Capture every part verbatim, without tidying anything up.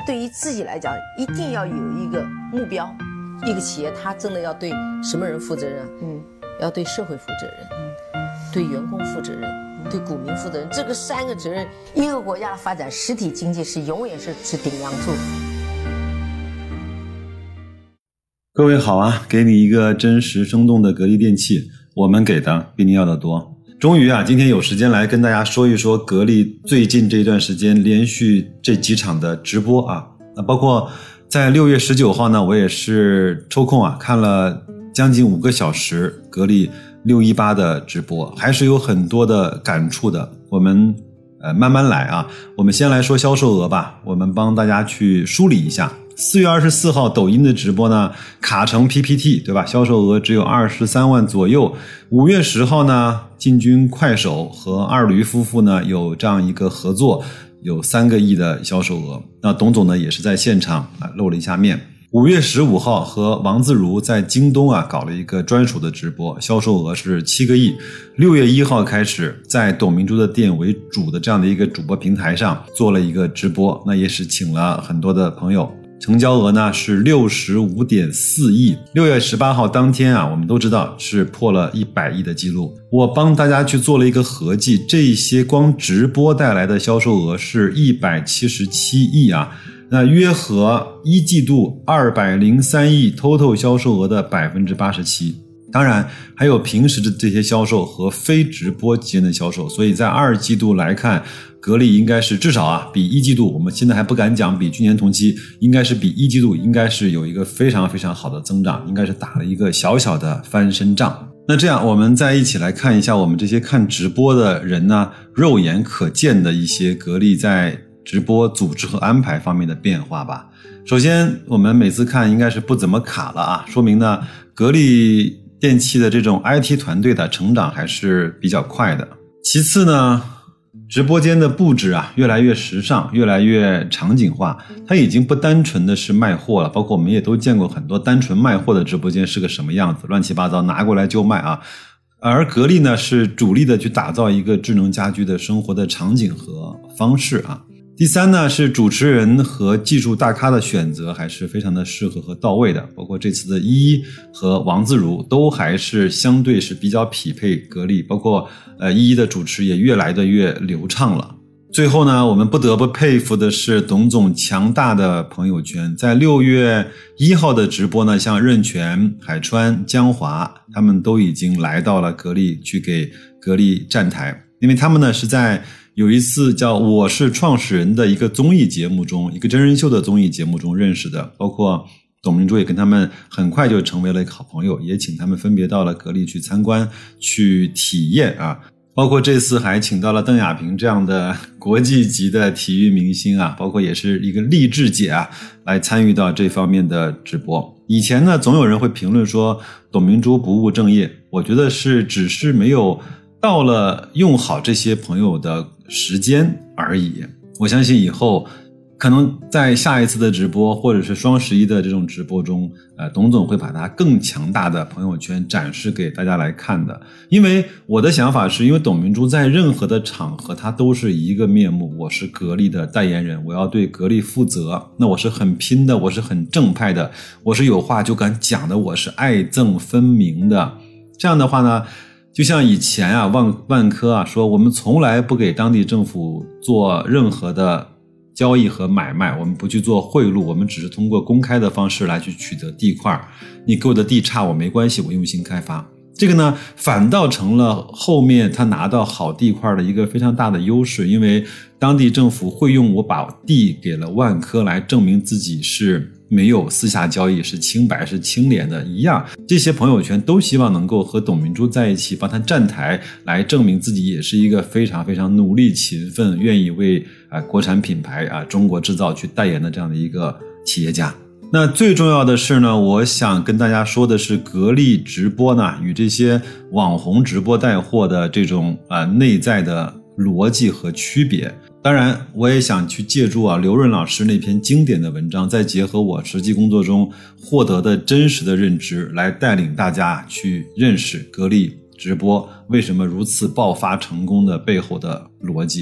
对于自己来讲，一定要有一个目标。一个企业它真的要对什么人负责任？嗯，要对社会负责任，嗯，对员工负责任，对股民负责任。这个三个责任，一个国家的发展，实体经济是永远是是顶梁柱。 各位好啊，给你一个真实生动的格力电器，我们给的比你要的多。终于啊，今天有时间来跟大家说一说格力最近这一段时间连续这几场的直播啊，那包括在六月十九号呢，我也是抽空啊看了将近五个小时格力六一八的直播，还是有很多的感触的。我们呃慢慢来啊，我们先来说销售额吧，我们帮大家去梳理一下。四月二十四号抖音的直播呢卡成 P P T 对吧，销售额只有二十三万左右。五月十号呢进军快手和二驴夫妇呢有这样一个合作，有三个亿的销售额。那董总呢也是在现场啊露了一下面。五月十五号和王自如在京东啊搞了一个专属的直播，销售额是七个亿。六月一号开始在董明珠的店为主的这样的一个主播平台上做了一个直播，那也是请了很多的朋友，成交额呢是 六十五点四亿。六月十八号当天啊，我们都知道是破了一百亿的记录。我帮大家去做了一个合计，这些光直播带来的销售额是一百七十七亿啊，那约合一季度二百零三亿 total 销售额的 百分之八十七。当然还有平时的这些销售和非直播期间的销售，所以在二季度来看，格力应该是至少啊比一季度，我们现在还不敢讲比去年同期，应该是比一季度应该是有一个非常非常好的增长，应该是打了一个小小的翻身仗。那这样我们再一起来看一下我们这些看直播的人呢肉眼可见的一些格力在直播组织和安排方面的变化吧。首先我们每次看应该是不怎么卡了啊，说明呢格力电器的这种 I T 团队的成长还是比较快的。其次呢，直播间的布置啊越来越时尚，越来越场景化，它已经不单纯的是卖货了，包括我们也都见过很多单纯卖货的直播间是个什么样子，乱七八糟拿过来就卖啊。而格力呢是主力的去打造一个智能家居的生活的场景和方式啊。第三呢是主持人和技术大咖的选择还是非常的适合和到位的，包括这次的依依和王自如都还是相对是比较匹配格力，包括呃依依的主持也越来的越流畅了。最后呢，我们不得不佩服的是董总强大的朋友圈，在六月一号的直播呢，像任泉、海川、江华他们都已经来到了格力去给格力站台，因为他们呢是在有一次叫我是创始人的一个综艺节目中，一个真人秀的综艺节目中认识的，包括董明珠也跟他们很快就成为了一个好朋友，也请他们分别到了格力去参观去体验啊，包括这次还请到了邓亚萍这样的国际级的体育明星啊，包括也是一个励志姐啊来参与到这方面的直播。以前呢总有人会评论说董明珠不务正业，我觉得是只是没有到了用好这些朋友的时间而已。我相信以后可能在下一次的直播或者是双十一的这种直播中，呃，董总会把他更强大的朋友圈展示给大家来看的。因为我的想法是，因为董明珠在任何的场合他都是一个面目，我是格力的代言人，我要对格力负责，那我是很拼的，我是很正派的，我是有话就敢讲的，我是爱憎分明的。这样的话呢，就像以前啊万万科啊说我们从来不给当地政府做任何的交易和买卖，我们不去做贿赂，我们只是通过公开的方式来去取得地块，你给我的地差我没关系，我用心开发。这个呢反倒成了后面他拿到好地块的一个非常大的优势，因为当地政府会用我把地给了万科来证明自己是没有私下交易，是清白是清廉的一样。这些朋友圈都希望能够和董明珠在一起，帮他站台，来证明自己也是一个非常非常努力勤奋，愿意为啊、呃、国产品牌啊中国制造去代言的这样的一个企业家。那最重要的是呢，我想跟大家说的是，格力直播呢与这些网红直播带货的这种啊、呃、内在的逻辑和区别。当然我也想去借助啊刘润老师那篇经典的文章，再结合我实际工作中获得的真实的认知，来带领大家去认识格力直播为什么如此爆发成功的背后的逻辑。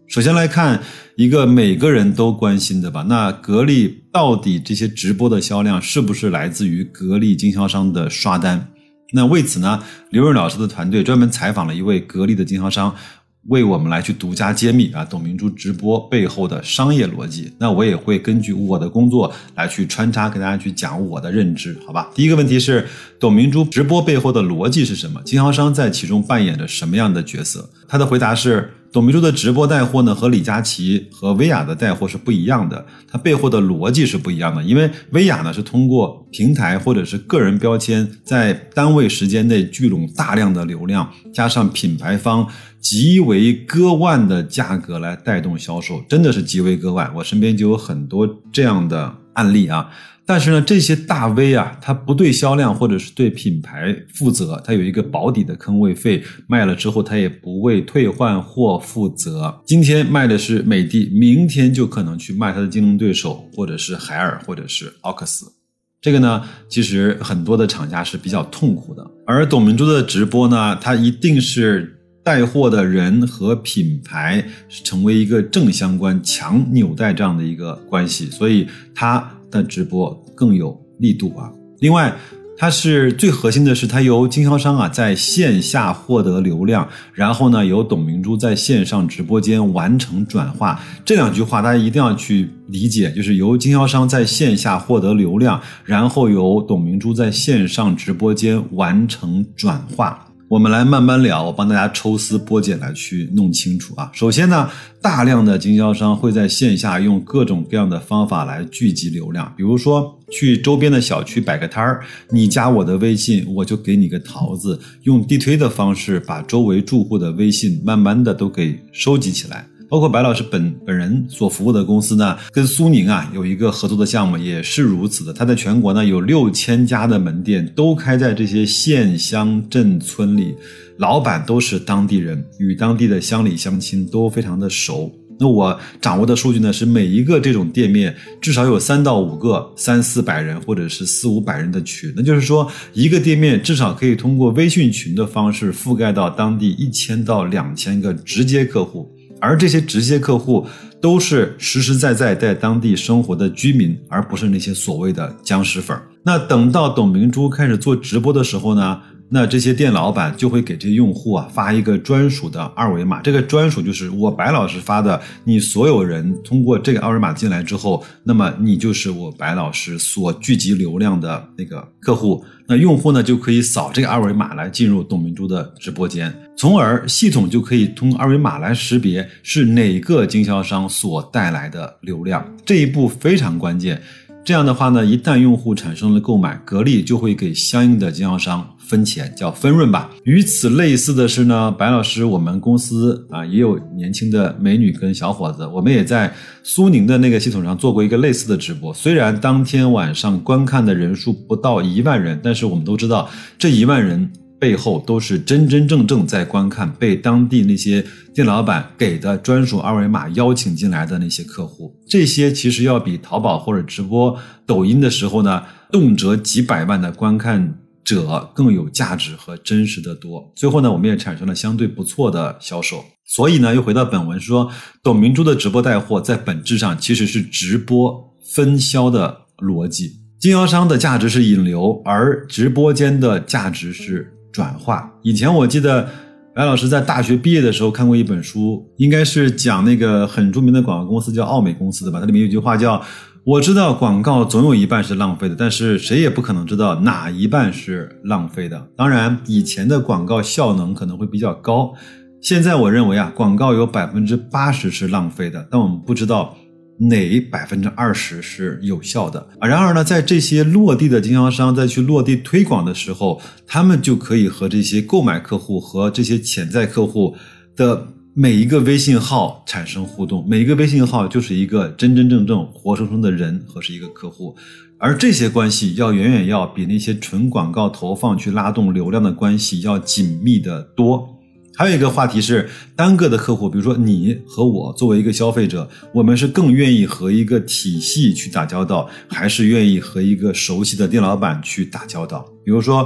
首先来看一个每个人都关心的吧，那格力到底这些直播的销量是不是来自于格力经销商的刷单？那为此呢，刘润老师的团队专门采访了一位格力的经销商，为我们来去独家揭秘啊董明珠直播背后的商业逻辑。那我也会根据我的工作来去穿插，给大家去讲我的认知，好吧？第一个问题是董明珠直播背后的逻辑是什么？经销商在其中扮演着什么样的角色？他的回答是，董明珠的直播带货呢和李佳琦和薇娅的带货是不一样的，它背后的逻辑是不一样的。因为薇娅呢是通过平台或者是个人标签，在单位时间内聚拢大量的流量，加上品牌方极为割腕的价格来带动销售，真的是极为割腕，我身边就有很多这样的案例啊。但是呢，这些大 V 啊，它不对销量或者是对品牌负责，它有一个保底的坑位费，卖了之后它也不为退换货负责。今天卖的是美的，明天就可能去卖它的竞争对手，或者是海尔，或者是奥克斯。这个呢，其实很多的厂家是比较痛苦的。而董明珠的直播呢，它一定是带货的人和品牌成为一个正相关、强纽带这样的一个关系，所以它的直播更有力度啊。另外，它是最核心的是，它由经销商啊在线下获得流量，然后呢由董明珠在线上直播间完成转化。这两句话大家一定要去理解，就是由经销商在线下获得流量，然后由董明珠在线上直播间完成转化。我们来慢慢聊，我帮大家抽丝剥茧来去弄清楚啊。首先呢，大量的经销商会在线下用各种各样的方法来聚集流量，比如说去周边的小区摆个摊儿，你加我的微信，我就给你个桃子，用地推的方式把周围住户的微信慢慢的都给收集起来。包括白老师本本人所服务的公司呢，跟苏宁啊有一个合作的项目也是如此的。他在全国呢有六千家的门店，都开在这些县乡镇村里，老板都是当地人，与当地的乡里乡亲都非常的熟。那我掌握的数据呢，是每一个这种店面至少有三到五个三四百人或者是四五百人的群，那就是说一个店面至少可以通过微信群的方式覆盖到当地一千到两千个直接客户。而这些直接客户都是实实在在在当地生活的居民，而不是那些所谓的僵尸粉。那等到董明珠开始做直播的时候呢，那这些店老板就会给这些用户啊发一个专属的二维码，这个专属就是我白老师发的，你所有人通过这个二维码进来之后，那么你就是我白老师所聚集流量的那个客户。那用户呢就可以扫这个二维码来进入董明珠的直播间，从而系统就可以通过二维码来识别是哪个经销商所带来的流量，这一步非常关键。这样的话呢，一旦用户产生了购买，格力就会给相应的经销商分钱，叫分润吧。与此类似的是呢，白老师我们公司啊也有年轻的美女跟小伙子，我们也在苏宁的那个系统上做过一个类似的直播。虽然当天晚上观看的人数不到一万人，但是我们都知道这一万人背后都是真真正正在观看，被当地那些店老板给的专属二维码邀请进来的那些客户，这些其实要比淘宝或者直播抖音的时候呢，动辄几百万的观看者更有价值和真实的多。最后呢，我们也产生了相对不错的销售。所以呢，又回到本文说，董明珠的直播带货在本质上其实是直播分销的逻辑。经销商的价值是引流，而直播间的价值是转化。以前我记得白老师在大学毕业的时候看过一本书，应该是讲那个很著名的广告公司叫奥美公司的吧，它里面有一句话叫，我知道广告总有一半是浪费的，但是谁也不可能知道哪一半是浪费的。当然以前的广告效能可能会比较高，现在我认为啊，广告有 百分之八十 是浪费的，但我们不知道哪 百分之二十 是有效的。然而呢，在这些落地的经销商在去落地推广的时候，他们就可以和这些购买客户和这些潜在客户的每一个微信号产生互动，每一个微信号就是一个真真正正活生生的人和是一个客户，而这些关系要远远要比那些纯广告投放去拉动流量的关系要紧密的多。还有一个话题是单个的客户，比如说你和我作为一个消费者，我们是更愿意和一个体系去打交道，还是愿意和一个熟悉的店老板去打交道？比如说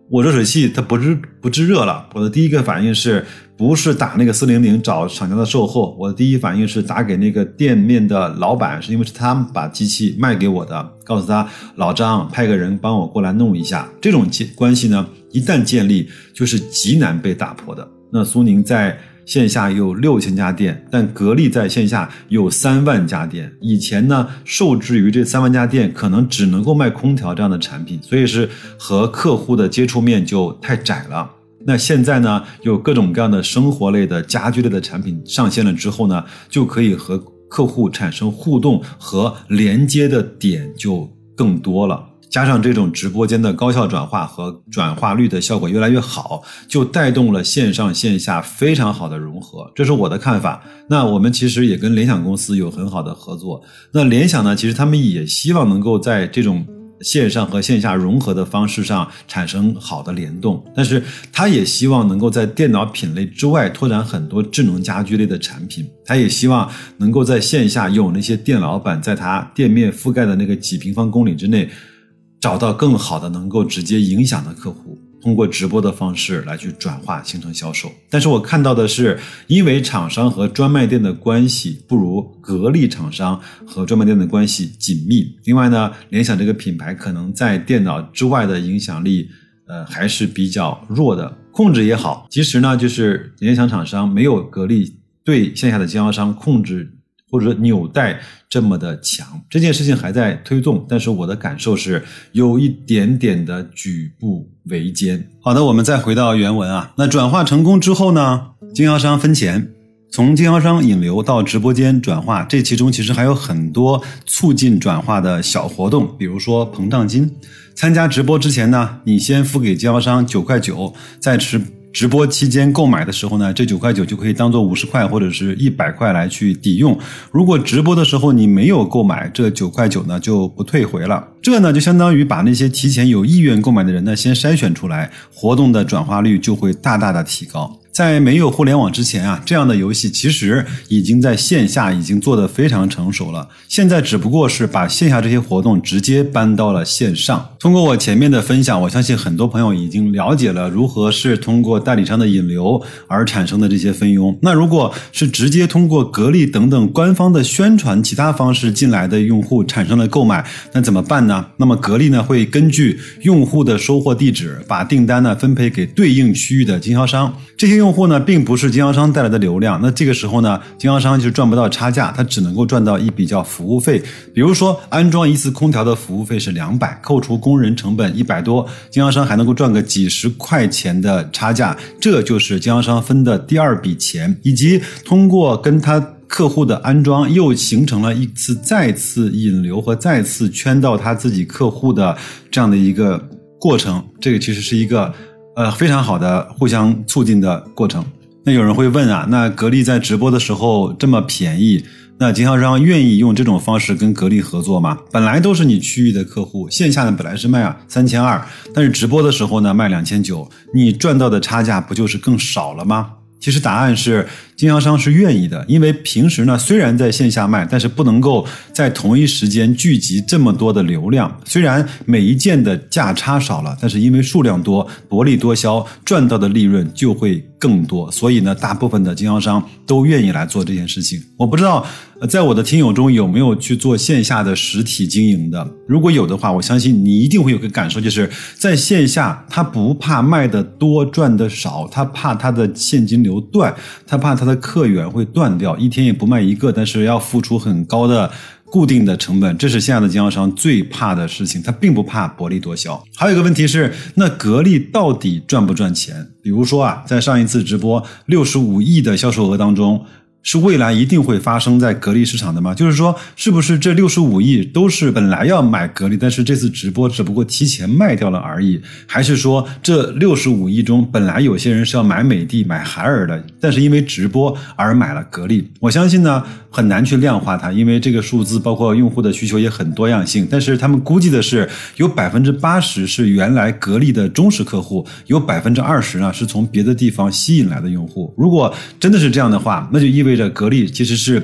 我热水器它不制不制热了，我的第一个反应是不是打那个四零零找厂家的售后，我的第一反应是打给那个店面的老板，是因为是他们把机器卖给我的，告诉他老张派个人帮我过来弄一下。这种关系呢一旦建立就是极难被打破的。那苏宁在线下有六千家店，但格力在线下有三万家店。以前呢，受制于这三万家店，可能只能够卖空调这样的产品，所以是和客户的接触面就太窄了。那现在呢，有各种各样的生活类的、家居类的产品上线了之后呢，就可以和客户产生互动和连接的点就更多了。加上这种直播间的高效转化和转化率的效果越来越好，就带动了线上线下非常好的融合，这是我的看法。那我们其实也跟联想公司有很好的合作，那联想呢，其实他们也希望能够在这种线上和线下融合的方式上产生好的联动，但是他也希望能够在电脑品类之外拓展很多智能家居类的产品，他也希望能够在线下有那些店老板在他店面覆盖的那个几平方公里之内找到更好的能够直接影响的客户，通过直播的方式来去转化形成销售。但是我看到的是，因为厂商和专卖店的关系不如格力厂商和专卖店的关系紧密，另外呢，联想这个品牌可能在电脑之外的影响力呃还是比较弱的，控制也好，其实呢就是联想厂商没有格力对线下的经销商控制或者纽带这么的强，这件事情还在推动，但是我的感受是有一点点的举步维艰。好的，我们再回到原文啊，那转化成功之后呢，经销商分钱，从经销商引流到直播间转化，这其中其实还有很多促进转化的小活动，比如说膨胀金。参加直播之前呢，你先付给经销商九块九，在直直播期间购买的时候呢，这九块九就可以当做五十块或者是一百块来去抵用。如果直播的时候你没有购买，这九块九呢就不退回了。这呢就相当于把那些提前有意愿购买的人呢先筛选出来，活动的转化率就会大大的提高。在没有互联网之前啊，这样的游戏其实已经在线下已经做得非常成熟了，现在只不过是把线下这些活动直接搬到了线上。通过我前面的分享，我相信很多朋友已经了解了如何是通过代理商的引流而产生的这些分佣。那如果是直接通过格力等等官方的宣传其他方式进来的用户产生了购买，那怎么办呢？那么格力呢会根据用户的收货地址，把订单呢分配给对应区域的经销商。这些用户呢并不是经销商带来的流量，那这个时候呢经销商就赚不到差价，他只能够赚到一笔叫服务费。比如说安装一次空调的服务费是两百，扣除工人成本一百多，经销商还能够赚个几十块钱的差价，这就是经销商分的第二笔钱。以及通过跟他客户的安装又形成了一次再次引流和再次圈到他自己客户的这样的一个过程，这个其实是一个呃非常好的互相促进的过程。那有人会问啊，那格力在直播的时候这么便宜，那经销商愿意用这种方式跟格力合作吗？本来都是你区域的客户，线下呢本来是卖啊三千二，但是直播的时候呢卖两千九，你赚到的差价不就是更少了吗？其实答案是经销商是愿意的，因为平时呢虽然在线下卖，但是不能够在同一时间聚集这么多的流量，虽然每一件的价差少了，但是因为数量多，薄利多销，赚到的利润就会更多，所以呢大部分的经销商都愿意来做这件事情。我不知道在我的听友中有没有去做线下的实体经营的，如果有的话，我相信你一定会有个感受，就是在线下他不怕卖的多赚的少，他怕他的现金流断，他怕他的客源会断掉，一天也不卖一个，但是要付出很高的固定的成本，这是线下的经销商最怕的事情，他并不怕薄利多销。还有一个问题是，那格力到底赚不赚钱？比如说啊，在上一次直播六十五亿的销售额当中，是未来一定会发生在格力市场的吗？就是说是不是这六十五亿都是本来要买格力，但是这次直播只不过提前卖掉了而已？还是说这六十五亿中本来有些人是要买美的买海尔的，但是因为直播而买了格力？我相信呢很难去量化它，因为这个数字包括用户的需求也很多样性，但是他们估计的是有 百分之八十 是原来格力的忠实客户，有 百分之二十 呢是从别的地方吸引来的用户。如果真的是这样的话，那就意味着格力其实是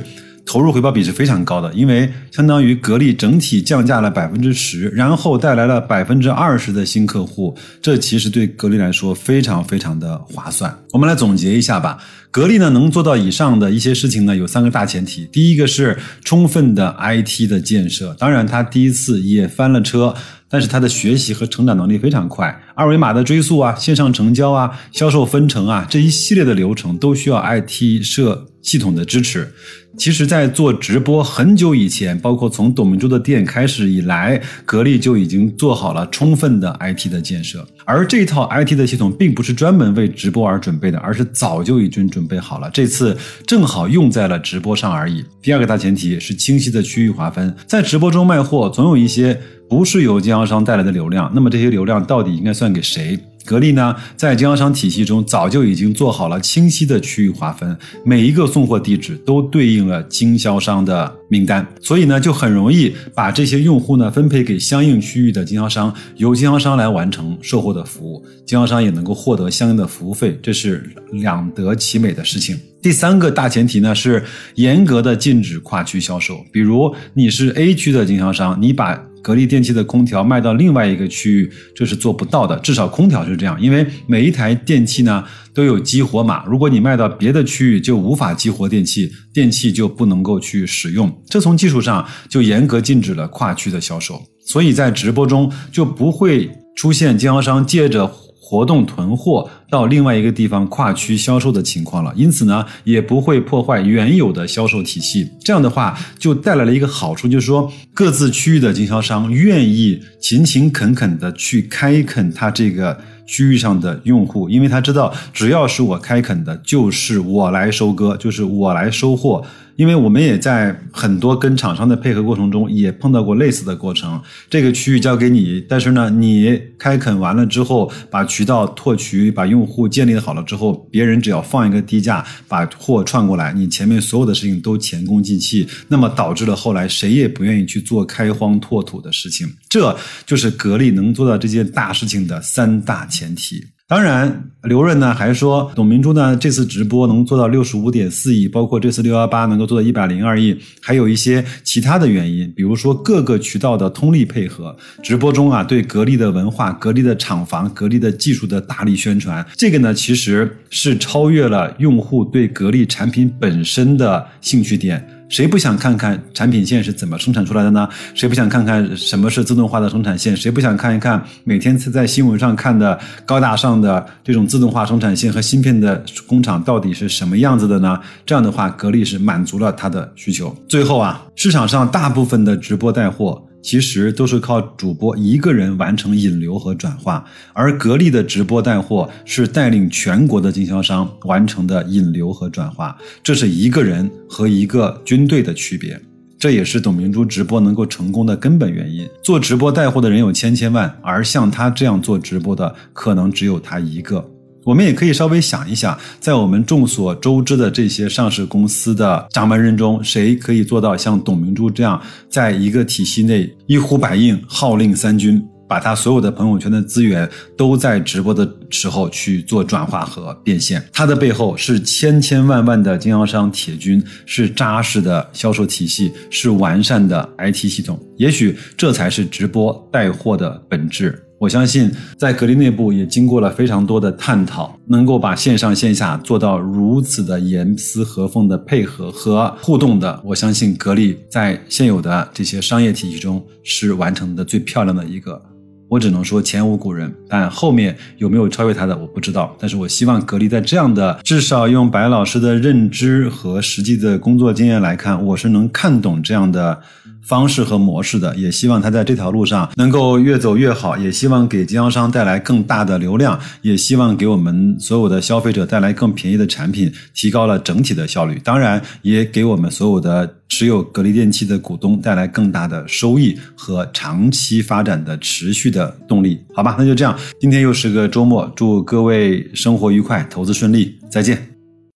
投入回报比是非常高的，因为相当于格力整体降价了 百分之十， 然后带来了 百分之二十 的新客户，这其实对格力来说非常非常的划算。我们来总结一下吧，格力呢能做到以上的一些事情呢，有三个大前提。第一个是充分的 I T 的建设，当然他第一次也翻了车，但是他的学习和成长能力非常快，二维码的追溯啊，线上成交啊，销售分成啊，这一系列的流程都需要 I T 设系统的支持。其实在做直播很久以前，包括从董明珠的店开始以来，格力就已经做好了充分的 I T 的建设，而这套 I T 的系统并不是专门为直播而准备的，而是早就已经准备好了，这次正好用在了直播上而已。第二个大前提是清晰的区域划分，在直播中卖货总有一些不是由经销商带来的流量，那么这些流量到底应该算给谁？格力呢，在经销商体系中早就已经做好了清晰的区域划分，每一个送货地址都对应了经销商的名单，所以呢，就很容易把这些用户呢分配给相应区域的经销商，由经销商来完成售后的服务，经销商也能够获得相应的服务费，这是两得其美的事情。第三个大前提呢是严格的禁止跨区销售，比如你是 A 区的经销商，你把格力电器的空调卖到另外一个区域，这是做不到的，至少空调是这样，因为每一台电器呢都有激活码，如果你卖到别的区域就无法激活电器，电器就不能够去使用，这从技术上就严格禁止了跨区的销售，所以在直播中就不会出现经销商借着活动囤货到另外一个地方跨区销售的情况了，因此呢也不会破坏原有的销售体系。这样的话就带来了一个好处，就是说各自区域的经销商愿意勤勤恳恳的去开垦他这个区域上的用户，因为他知道只要是我开垦的，就是我来收割，就是我来收货。因为我们也在很多跟厂商的配合过程中也碰到过类似的过程，这个区域交给你，但是呢你开垦完了之后，把渠道拓渠，把用户建立好了之后，别人只要放一个低价把货串过来，你前面所有的事情都前功尽弃，那么导致了后来谁也不愿意去做开荒拓土的事情，这就是格力能做到这件大事情的三大前提。当然刘润呢还说董明珠呢这次直播能做到 六十五点四亿，包括这次六一八能够做到一百零二亿，还有一些其他的原因，比如说各个渠道的通力配合，直播中啊对格力的文化、格力的厂房、格力的技术的大力宣传，这个呢其实是超越了用户对格力产品本身的兴趣点。谁不想看看产品线是怎么生产出来的呢？谁不想看看什么是自动化的生产线？谁不想看一看每天在新闻上看的高大上的这种自动化生产线和芯片的工厂到底是什么样子的呢？这样的话格力是满足了它的需求。最后啊，市场上大部分的直播带货其实都是靠主播一个人完成引流和转化，而格力的直播带货是带领全国的经销商完成的引流和转化，这是一个人和一个军队的区别，这也是董明珠直播能够成功的根本原因。做直播带货的人有千千万，而像他这样做直播的可能只有他一个。我们也可以稍微想一想，在我们众所周知的这些上市公司的掌门人中，谁可以做到像董明珠这样在一个体系内一呼百应，号令三军，把他所有的朋友圈的资源都在直播的时候去做转化和变现。他的背后是千千万万的经销商铁军，是扎实的销售体系，是完善的 I T 系统，也许这才是直播带货的本质。我相信在格力内部也经过了非常多的探讨，能够把线上线下做到如此的严丝合缝的配合和互动的，我相信格力在现有的这些商业体系中是完成的最漂亮的一个。我只能说前无古人，但后面有没有超越他的我不知道，但是我希望格力在这样的，至少用白老师的认知和实际的工作经验来看，我是能看懂这样的方式和模式的，也希望他在这条路上能够越走越好，也希望给经销商带来更大的流量，也希望给我们所有的消费者带来更便宜的产品，提高了整体的效率，当然也给我们所有的持有格力电器的股东带来更大的收益和长期发展的持续的动力。好吧，那就这样，今天又是个周末，祝各位生活愉快，投资顺利，再见。